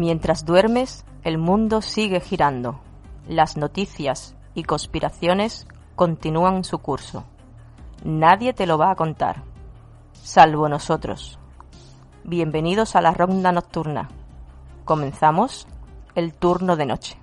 Mientras duermes, el mundo sigue girando. Las noticias y conspiraciones continúan su curso. Nadie te lo va a contar, salvo nosotros. Bienvenidos a la ronda nocturna. Comenzamos el turno de noche.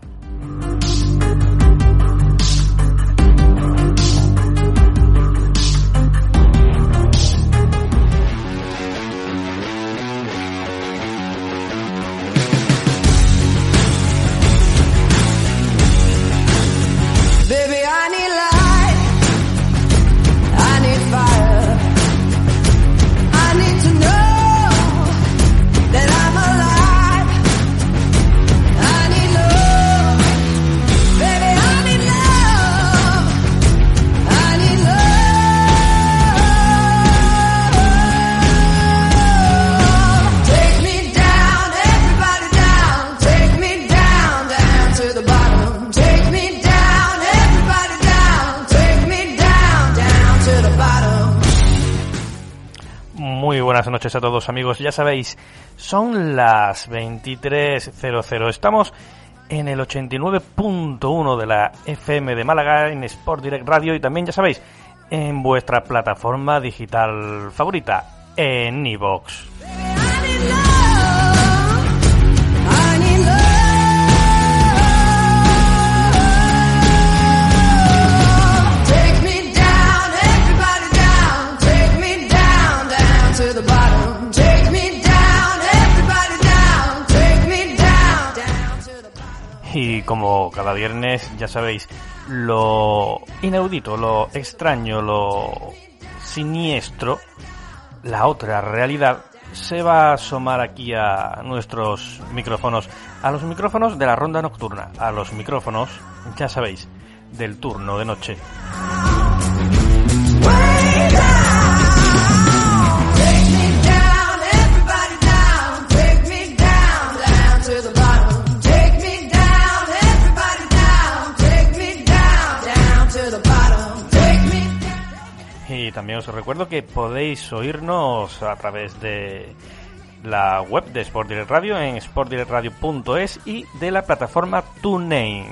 Buenas noches a todos, amigos. Ya sabéis, son las 23:00. Estamos en el 89.1 de la FM de Málaga, en Sport Direct Radio, y también, ya sabéis, en vuestra plataforma digital favorita, en iVoox. Y como cada viernes, ya sabéis, lo inaudito, lo extraño, lo siniestro, la otra realidad, se va a asomar aquí a nuestros micrófonos, a los micrófonos de la ronda nocturna, a los micrófonos, ya sabéis, del turno de noche. Y también os recuerdo que podéis oírnos a través de la web de Sport Direct Radio en sportdirectradio.es y de la plataforma TuneIn.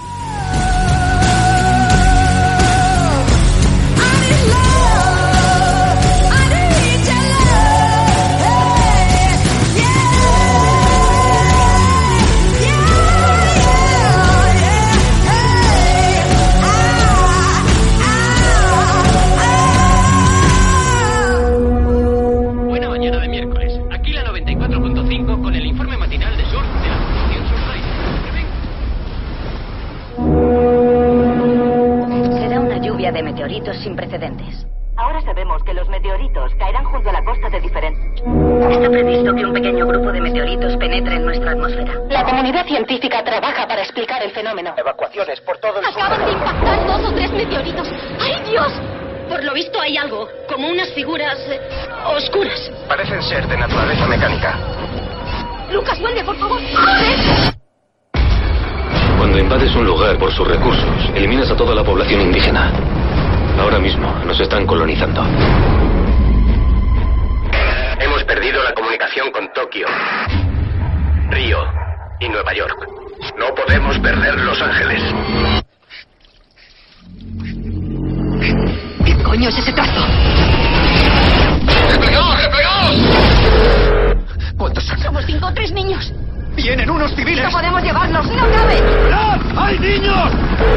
De meteoritos sin precedentes. Ahora sabemos que los meteoritos caerán junto a la costa de diferentes. Está previsto que un pequeño grupo de meteoritos penetre en nuestra atmósfera. La comunidad científica trabaja para explicar el fenómeno. Evacuaciones por todo el sur. Acaban de impactar 2 o 3 meteoritos. ¡Ay, Dios! Por lo visto hay algo, como unas figuras oscuras. Parecen ser de naturaleza mecánica. Lucas, vuelve, por favor. ¡Corre! Cuando invades un lugar por sus recursos, eliminas a toda la población indígena. Ahora mismo nos están colonizando. Hemos perdido la comunicación con Tokio, Río y Nueva York. No podemos perder Los Ángeles. ¿Qué coño es ese trazo? ¡Replegaos, replegaos! ¿Cuántos son? Somos 5 o 3 niños. ¡Vienen unos civiles! ¡No podemos llevarlos! ¡No cabe! ¡Esperad! ¡Hay niños!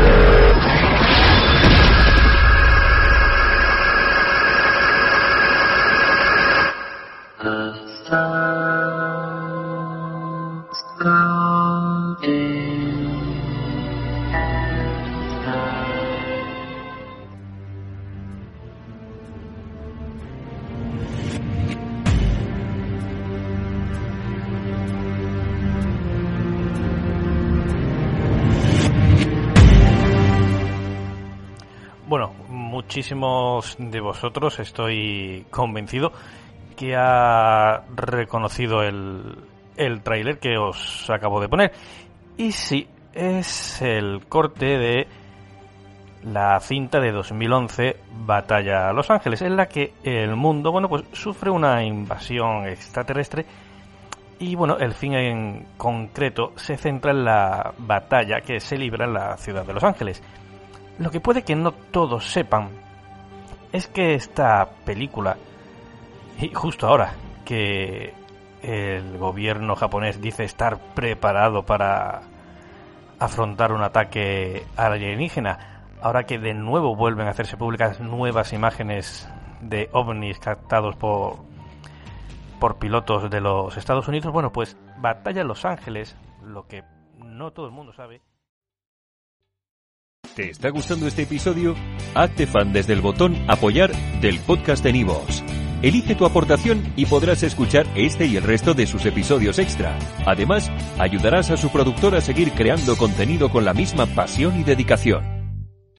Bueno, muchísimos de vosotros, estoy convencido, que ha reconocido el tráiler que os acabo de poner. Y sí, es el corte de la cinta de 2011, Batalla a Los Ángeles, en la que el mundo, bueno, pues sufre una invasión extraterrestre Y bueno, el fin en concreto se centra en la batalla que se libra en la ciudad de Los Ángeles. Lo que puede que no todos sepan es que esta película, y justo ahora que el gobierno japonés dice estar preparado para afrontar un ataque alienígena, ahora que de nuevo vuelven a hacerse públicas nuevas imágenes de ovnis captados por pilotos de los Estados Unidos, bueno, pues batalla en Los Ángeles, lo que no todo el mundo sabe. ¿Te está gustando este episodio? Hazte fan desde el botón Apoyar del podcast de Nivos. Elige tu aportación y podrás escuchar este y el resto de sus episodios extra. Además, ayudarás a su productor a seguir creando contenido con la misma pasión y dedicación.